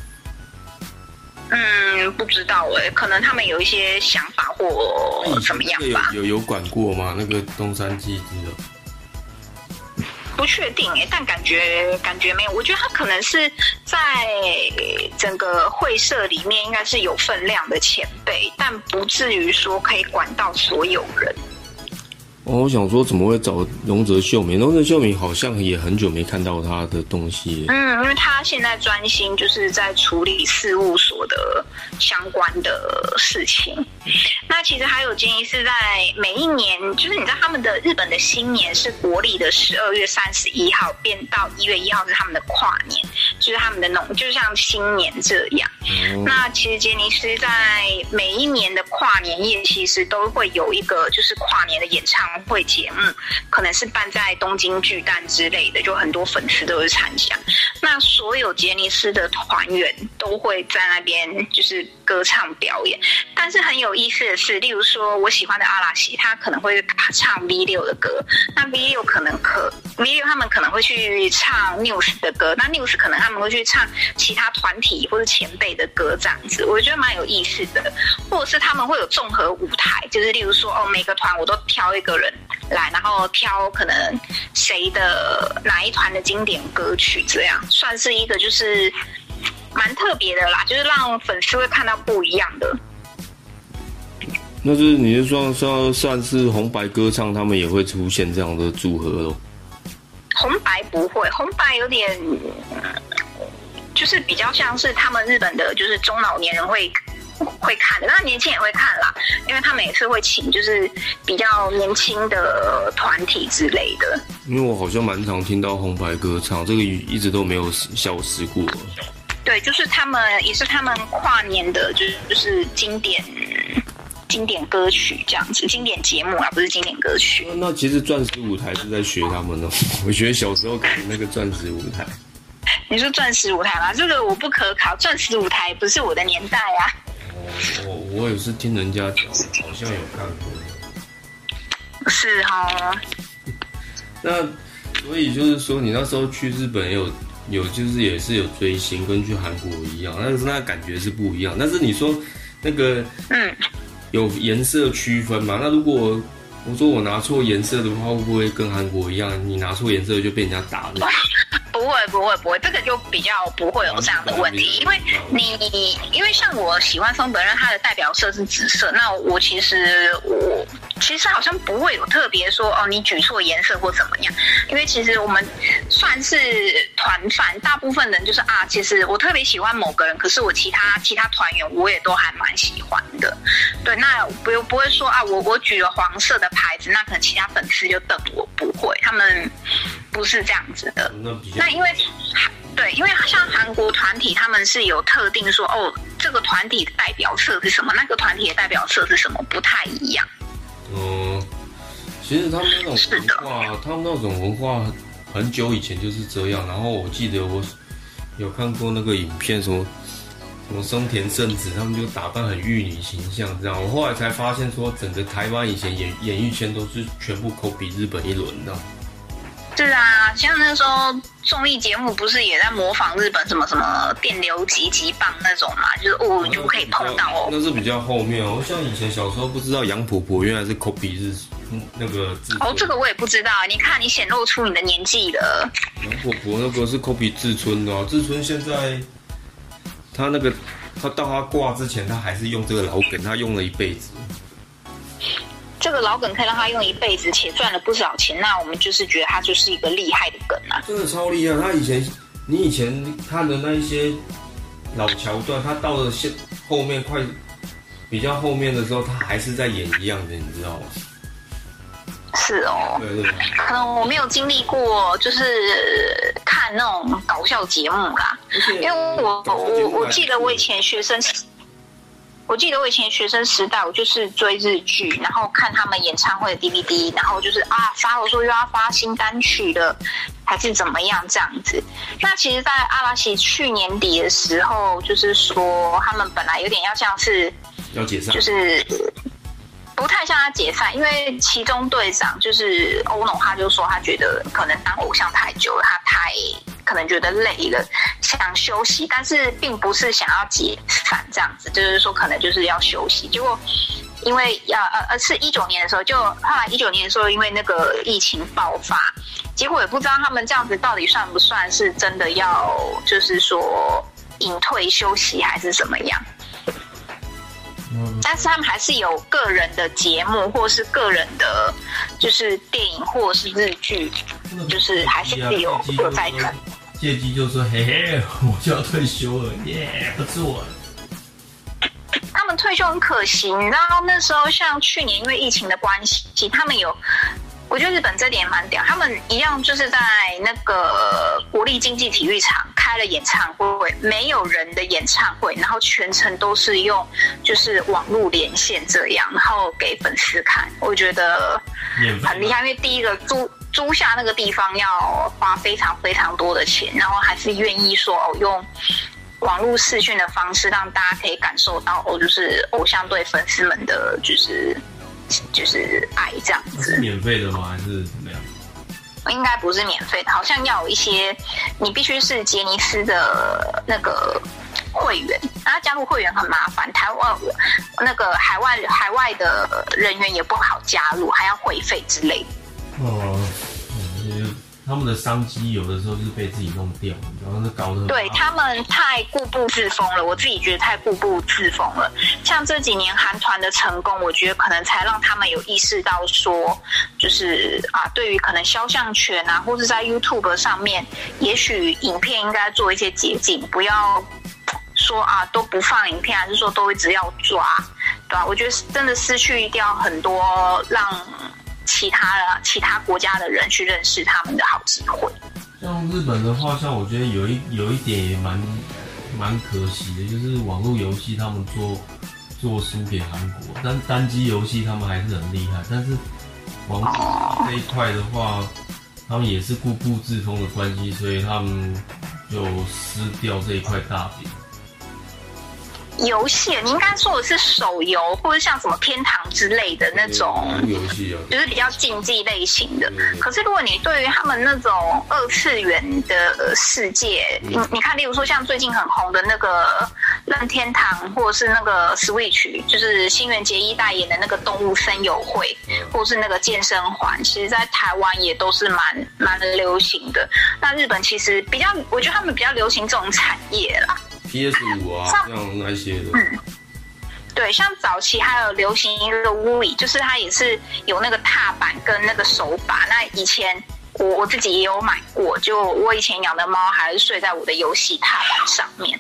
不知道可能他们有一些想法或怎么样吧。 有管过吗？那个东山纪之不确定但感觉没有。我觉得他可能是在整个会社里面应该是有分量的前辈，但不至于说可以管到所有人。 我想说怎么会找龙泽秀明？龙泽秀明好像也很久没看到他的东西。 因为他现在专心就是在处理事务所的相关的事情。那其实还有杰尼斯在每一年，就是你知道他们的日本的新年是国历的12月31号，变到1月1号是他们的跨年，就是他们的就像新年这样。那其实杰尼斯在每一年的跨年夜，其实都会有一个就是跨年的演唱会节目，可能是办在东京巨蛋之类的，就很多粉丝都会参加。那所有杰尼斯的团员都会在那边就是歌唱表演。但是很有意思的是，例如说我喜欢的阿拉西，他可能会唱 V6 的歌，那 V6 他们可能会去唱 News 的歌，那 News 可能他们会去唱其他团体或是前辈的歌这样子，我觉得蛮有意思的。或者是他们会有综合舞台，就是例如说每个团我都挑一个人来，然后挑可能谁的哪一团的经典歌曲，这样算是一个就是蛮特别的啦，就是让粉丝会看到不一样的。 那是你是说算是红白歌唱，他们也会出现这样的组合咯？ 红白不会，红白有点就是比较像是他们日本的，就是中老年人会看的，那年轻也会看啦，因为他们也是会请就是比较年轻的团体之类的。 因为我好像蛮常听到红白歌唱，这个一直都没有消失过。 对，就是他们也是他们跨年的，就是经典歌曲这样子，经典节目啊，不是经典歌曲。 那其实钻石舞台是在学他们哦。我觉得小时候看那个钻石舞台。 你说钻石舞台吗？这个我不可考，钻石舞台不是我的年代啊。 我也是听人家讲，好像有看过。 是哦。 那所以就是说，你那时候去日本有就是也是有追星，跟去韩国一样，但是那感觉是不一样。但是你说那个有颜色区分嘛？那如果我说我拿错颜色的话，会不会跟韩国一样？你拿错颜色就被人家打了？ 不会，这个就比较不会有这样的问题，因为像我喜欢松本润，他的代表色是紫色，那我其实好像不会有特别说哦，你举错颜色或怎么样，因为其实我们算是团饭，大部分人就是其实我特别喜欢某个人，可是我其他团员我也都还蛮喜欢的，对，那不会说我举了黄色的牌子，那可能其他粉丝就瞪我，不会，他们不是这样子的。那因为像韩国团体，他们是有特定说这个团体的代表色是什么，那个团体的代表色是什么，不太一样。 其实他们那种文化很久以前就是这样。然后我记得我有看过那个影片，什么松田圣子，他们就打扮很玉女形象这样。我后来才发现说，整个台湾以前演艺圈都是全部copy日本一轮这样。 是啊，像那时候综艺节目不是也在模仿日本什么什么电流击棒那种嘛，就是就可以碰到那是比较后面哦。像以前小时候不知道杨婆婆原来是 copy 那个至尊。 这个我也不知道。你看你显露出你的年纪了。 杨婆婆那个是 copy 至尊的至尊现在他到他挂之前，他还是用这个老梗，他用了一辈子。 这个老梗可以让他用一辈子，且赚了不少钱，那我们就是觉得他就是一个厉害的梗啊！ 真的超厉害。你以前看的那一些老桥段，他到了后面比较后面的时候，他还是在演一样的，你知道吗？ 是哦， 对， 可能我没有经历过，就是看那种搞笑节目啦，因为我记得我以前学生时代，我就是追日剧，然后看他们演唱会的 DVD， 然后就是发我说又要发新单曲了，还是怎么样这样子。那其实，在阿拉西去年底的时候，就是说他们本来有点要像是要解散， 就是不太像他解散，因为其中队长就是欧农，他就说他觉得可能当偶像太久了，他可能觉得累了，想休息，但是并不是想要解散这样子，就是说可能就是要休息。结果因为是19年的时候，就后来19年的时候，因为那个疫情爆发，结果也不知道他们这样子到底算不算是真的要，就是说隐退休息还是怎么样。但是他们还是有个人的节目，或是个人的，就是电影或者是日剧，就是还是有在看。 借机就说：“嘿嘿，我就要退休了，耶，不错。” 他们退休很可惜，你知道那时候像去年因为疫情的关系，他们有。我觉得日本这点也蛮屌，他们一样就是在那个国立竞技体育场开了演唱会，没有人的演唱会，然后全程都是用就是网络连线这样，然后给粉丝看，我觉得很厉害。因为第一个租下那个地方要花非常非常多的钱，然后还是愿意说用网络视讯的方式让大家可以感受到就是偶像对粉丝们的就是爱这样子。 是免费的吗？还是怎么样？ 应该不是免费的，好像要有一些，你必须是杰尼斯的那个会员，然后加入会员很麻烦，台湾那个海外的人员也不好加入，还要会费之类的。 他们的商机有的时候就是被自己弄掉，然后搞得对他们太固步自封了，我自己觉得太固步自封了。像这几年韩团的成功，我觉得可能才让他们有意识到说，就是对于可能肖像权或是在 YouTube 上面，也许影片应该做一些捷径，不要说都不放影片，还是说都一直要抓，对吧？我觉得真的失去掉很多让其他国家的人去认识他们的好机会。 像日本的话，像我觉得有一点也蛮可惜的，就是网络游戏他们做输给韩国，但单机游戏他们还是很厉害。但是网络这一块的话，他们也是固步自封的关系，所以他们就失掉这一块大饼。 游戏，你应该说的是手游，或者像什么天堂之类的那种游戏啊， 就是比较竞技类型的。可是如果你对于他们那种二次元的世界，你看，例如说像最近很红的那个任天堂，或者是那个 Switch， 就是新垣结衣代言的那个动物森友会，或是那个健身环，其实在台湾也都是蛮流行的。那日本其实比较，我觉得他们比较流行这种产业啦。 PS5 啊，像那些的。 对，像早期还有流行一个 Wii， 就是它也是有那个踏板跟那个手把。那以前我自己也有买过，就我以前养的猫还是睡在我的游戏踏板上面。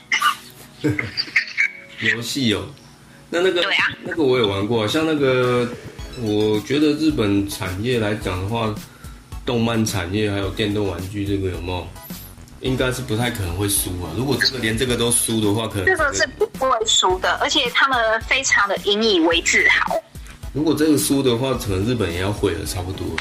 游戏哦，那个对啊， 那个我也玩过，像那个，我觉得日本产业来讲的话，动漫产业还有电动玩具这个有没有？应该是不太可能会输啊！如果连这个都输的话，可能这个是不会输的，而且他们非常的引以为自豪。 如果这个输的话，可能日本也要毁了差不多。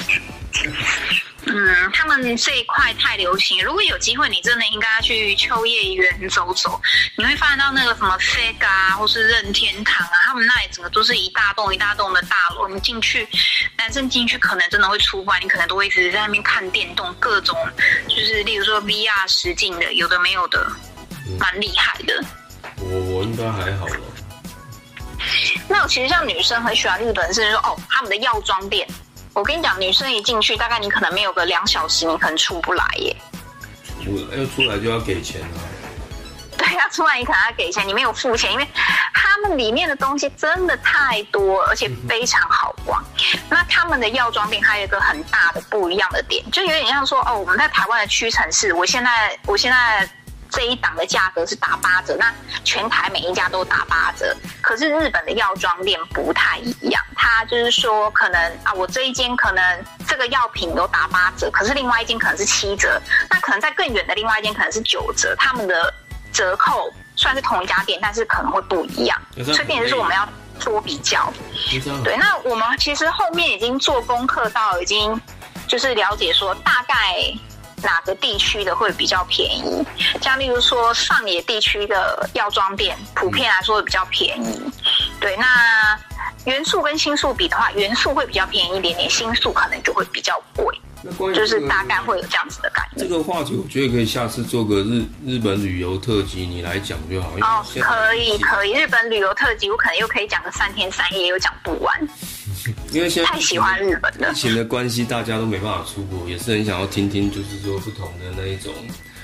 他们这一块太流行，如果有机会，你真的应该去秋叶原走走，你会发现到那个什么 Sega 啊，或是任天堂啊，他们那里整个都是一大栋一大栋的大楼，你进去，男生进去可能真的会出不来，你可能都会一直在那边看电动，各种就是例如说 VR 实境的，有的没有的，蛮厉害的。 我应该还好了。 那其实像女生很喜欢日本，是说他们的药妆店。我跟你讲，女生一进去，大概你可能没有个2小时，你可能出不来耶。 出来就要给钱啊。 对，要出来你可能要给钱，你没有付钱，因为他们里面的东西真的太多，而且非常好逛。那他们的药妆店还有一个很大的不一样的点，就有点像说我们在台湾的屈臣氏，我现在这一档的价格是打8折，那全台每一家都打8折。可是日本的药妆店不太一样，它就是说可能我这一间可能这个药品都打8折，可是另外一间可能是7折，那可能在更远的另外一间可能是9折，他们的折扣虽然是同一家店，但是可能会不一样，所以变成是我们要做比较。对，那我们其实后面已经做功课到已经就是了解说大概哪个地区的会比较便宜，像例如说上野地区的药妆店普遍来说会比较便宜。对，那元素跟新宿比的话，元素会比较便宜一点点，新宿可能就会比较贵，就是大概会有这样子的感觉。 这个话题我觉得可以下次做个日本旅游特辑，你来讲就好。 可以，日本旅游特辑我可能又可以讲个3天3夜，又讲不完。 因为现在太喜欢日本了， 疫情的关系，大家都没办法出国，也是很想要听听，就是说不同的那一种，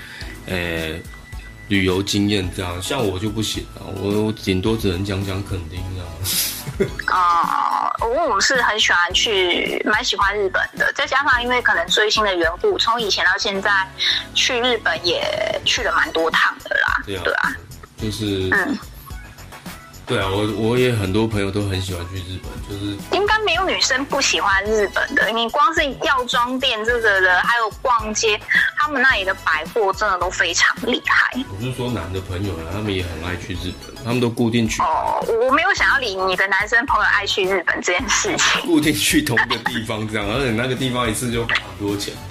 旅游经验这样。像我就不行了，我顶多只能讲垦丁这样。 我是很喜欢蛮喜欢日本的，再加上因为可能追星的缘故，从以前到现在去日本也去了蛮多趟的啦。对啊， 就是对啊，我也很多朋友都很喜欢去日本，就是应该没有女生不喜欢日本的。你光是药妆店这个的，还有逛街，他们那里的百货真的都非常厉害。 我是说男的朋友他们也很爱去日本，他们都固定去。 我没有想要理你的男生朋友爱去日本这件事情， 固定去同一个地方这样，而且那个地方一次就花很多钱。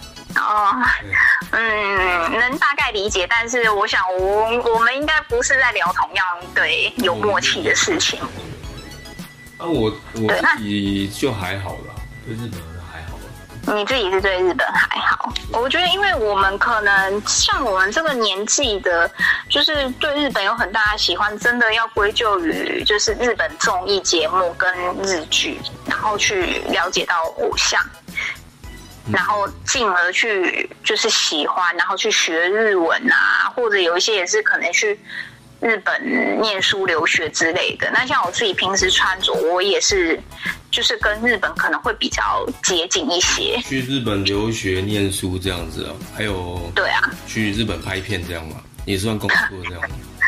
能大概理解，但是我想我们应该不是在聊同样有默契的事情。 我自己就还好啦，对日本人还好啦。 你自己是对日本还好？我觉得，因为我们可能像我们这个年纪的，就是对日本有很大的喜欢，真的要归咎于就是日本综艺节目跟日剧，然后去了解到偶像。然后进而去就是喜欢，然后去学日文啊，或者有一些也是可能去日本念书留学之类的。那像我自己平时穿着，我也是就是跟日本可能会比较接近一些。 去日本留学念书这样子还有对啊， 去日本拍片这样嘛，也算工作这样吗？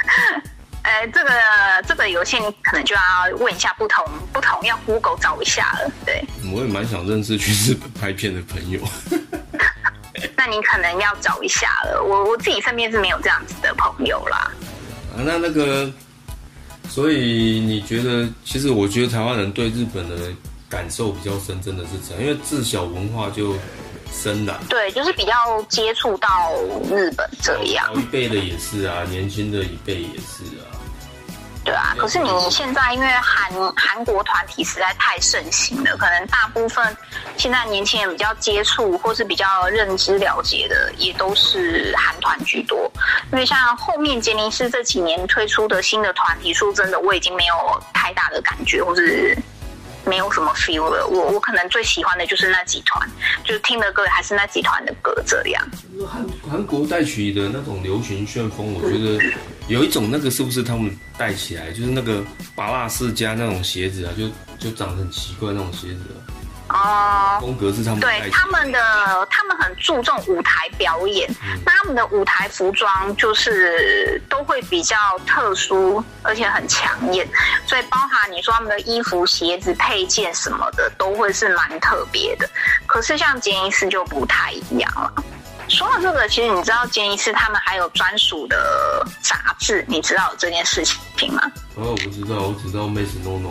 这个有些你可能就要问一下不同要 Google 找一下了。对，我也蛮想认识去日本拍片的朋友。 那你可能要找一下了。我自己身边是没有这样子的朋友啦。 那个，所以你觉得，其实我觉得台湾人对日本的感受比较深，真的是这样，因为自小文化就深染。 对，就是比较接触到日本这样。 老一辈的也是啊，年轻的一辈也是啊。 对啊，可是你现在因为韩国团体实在太盛行了，可能大部分现在年轻人比较接触或是比较认知了解的，也都是韩团居多。因为像后面杰尼斯这几年推出的新的团体，说真的，我已经没有太大的感觉，或是没有什么 feel 了。我可能最喜欢的就是那几团，就是听的歌还是那几团的歌这样。 韩国带起的那种流行旋风，我觉得有一种那个是不是他们带起来，就是那个拔蜡世家那种鞋子啊，就长得很奇怪那种鞋子啊。风格是他们带起来的。 对他们很注重舞台表演，那他们的舞台服装就是都会比较特殊，而且很抢眼，所以包含你说他们的衣服、鞋子、配件什么的，都会是蛮特别的。可是像杰尼斯就不太一样了。说到这个，其实你知道杰尼斯他们还有专属的杂志，你知道有这件事情吗？ 我不知道，我只知道 Mace No。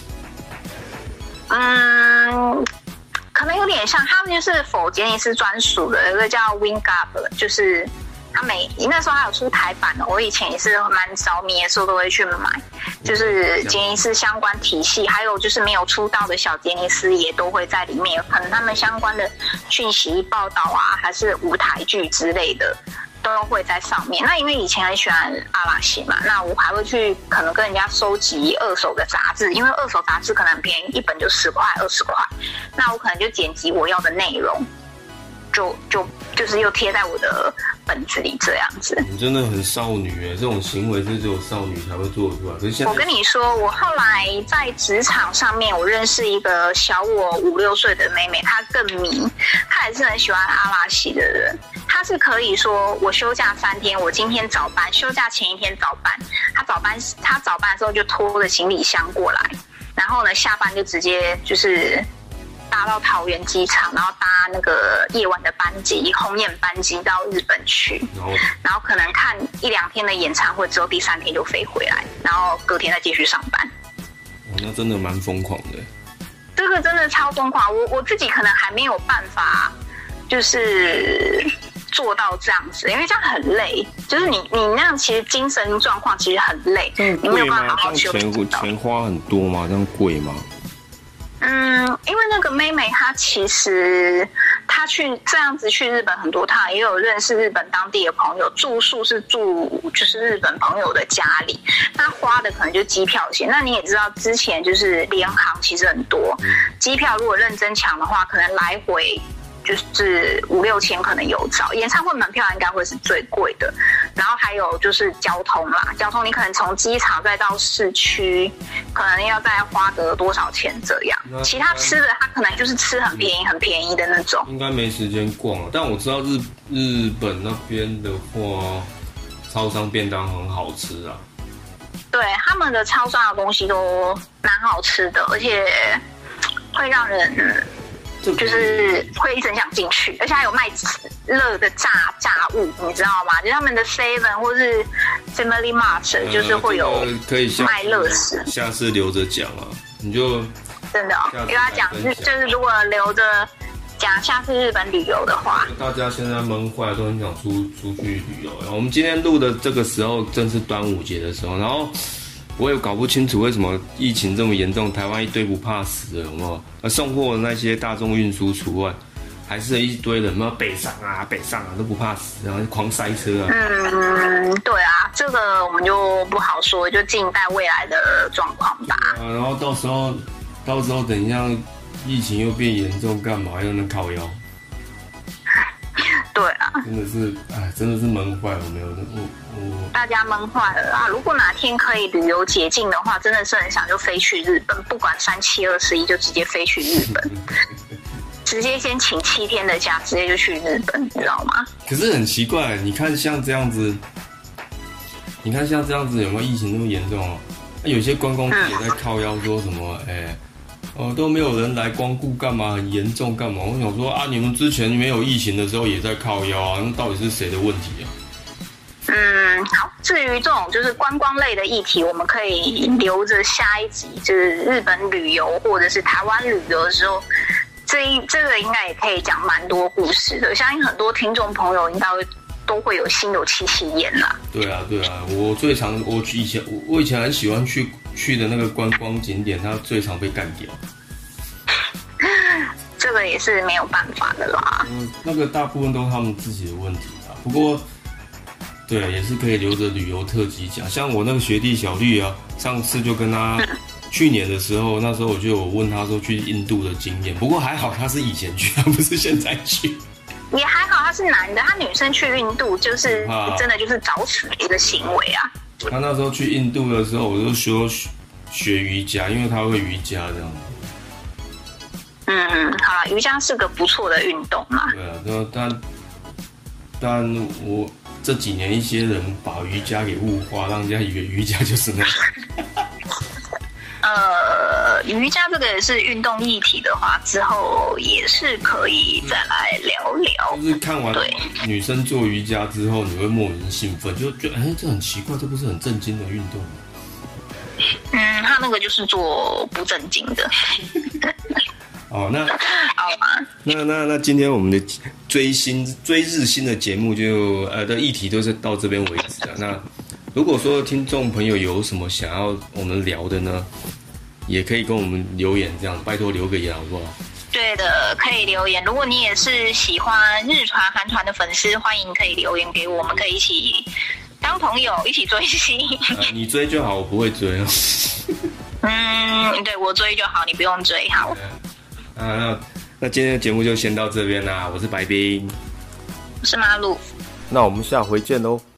可能有点像，他们就是否杰尼斯专属的，有一个叫 Wing Up， 就是他那时候还有出台版的，我以前也是蛮着迷的时候都会去买，就是杰尼斯相关体系，还有就是没有出道的小杰尼斯也都会在里面，可能他们相关的讯息报道啊，还是舞台剧之类的。都会在上面。那因为以前很喜欢阿拉西嘛，那我还会去可能跟人家收集二手的杂志，因为二手杂志可能很便宜，一本就10块20块，那我可能就剪辑我要的内容，就是又贴在我的本子里这样子。 你真的很少女耶，这种行为是只有少女才会做出来。可是现在我跟你说，我后来在职场上面，我认识一个小我5、6岁的妹妹，她更迷，她也是很喜欢阿拉西的人。她是可以说，我休假3天，我今天早班，休假前1天早班，她早班的时候就拖着行李箱过来，然后呢下班就直接就是搭到桃园机场，然后搭那个夜晚的班机，红眼班机到日本去，然后可能看1、2天的演唱会之后，第3天就飞回来，然后隔天再继续上班。 那真的蛮疯狂的。 这个真的超疯狂，我自己可能还没有办法，就是做到这样子，因为这样很累，就是你那样其实精神状况其实很累，你没有办法好好休息到。 钱花很多吗？这样贵吗？ 因为那个妹妹她其实她这样子去日本很多趟，也有认识日本当地的朋友，住宿是住就是日本朋友的家里，那花的可能就机票钱。那你也知道之前就是联航其实很多，机票如果认真抢的话，可能来回就是5、6千可能有找，演唱会门票应该会是最贵的，然后还有就是交通啦，交通你可能从机场再到市区，可能要再花个多少钱这样。其他吃的他可能就是吃很便宜的那种， 应该没时间逛啊。但我知道日本那边的话，超商便当很好吃啊。 对，他们的超商的东西都蛮好吃的，而且会让人就是会一直想进去，而且还有卖热的炸物，你知道吗？就是他们的 Seven 或是 Family Mart，就是会有可以卖热食。 下次留着讲啊，你就真的因为他讲就是如果留着讲下次日本旅游的话， 大家现在闷坏了，都很想出去旅游。我们今天录的这个时候正是端午节的时候，然后我也搞不清楚为什么疫情这么严重，台湾一堆不怕死的，有没有？送货的那些大众运输除外，还是一堆人，什么北上啊都不怕死，然后狂塞车啊。 对啊，这个我们就不好说，就静待未来的状况吧。 然后到时候等一下疫情又变严重，干嘛又能靠腰？ 对啊， 真的是闷坏了，没有大家闷坏了啊！如果哪天可以旅游解禁的话，真的是很想就飞去日本，不管3721就直接飞去日本，直接先请7天的假，直接就去日本，你知道吗？ 可是很奇怪，你看像这样子有没有疫情那么严重啊？有些观光也在靠腰说什么，都没有人来光顾，干嘛很严重干嘛？我想说啊，你们之前没有疫情的时候也在靠腰啊，那到底是谁的问题啊？ 好，至于这种就是观光类的议题，我们可以留着下一集，就是日本旅游或者是台湾旅游的时候，这个应该也可以讲蛮多故事的，相信很多听众朋友应该会都会有心有戚戚焉啦。 对啊，我以前很喜欢去的那个观光景点，它最常被干掉。 这个也是没有办法的啦。 那个大部分都是他们自己的问题啦。不过，对，也是可以留着旅游特辑讲。像我那个学弟小绿啊，上次就跟他。去年的时候，那时候我就有问他说去印度的经验，不过还好他是以前去，他不是现在去。 也还好他是男的，他女生去印度就是真的就是找死的一个行为啊。 他那时候去印度的时候，我就说学瑜伽，因为他会瑜伽这样。 好啦，瑜伽是个不错的运动嘛。 对啊，但我这几年一些人把瑜伽给物化，让人家以为瑜伽就是那个。 瑜伽这个也是运动议题的话，之后也是可以再来聊聊。 就是看完女生做瑜伽之后，你会莫名兴奋，就觉得这很奇怪，这不是很正经的运动吗？ 他那个就是做不正经的。 哦，那好吧。 那今天我们的追日新的节目的议题都是到这边为止的。那如果说听众朋友有什么想要我们聊的呢？也可以跟我们留言，这样拜托留个言好不好？对的，可以留言。如果你也是喜欢日传韩传的粉丝，欢迎可以留言给我们，可以一起当朋友，一起追星。 你追就好，我不会追哦。 对，我追就好，你不用追好。 那今天的节目就先到这边啦。我是白冰， 我是马鲁， 那我们下回见喽，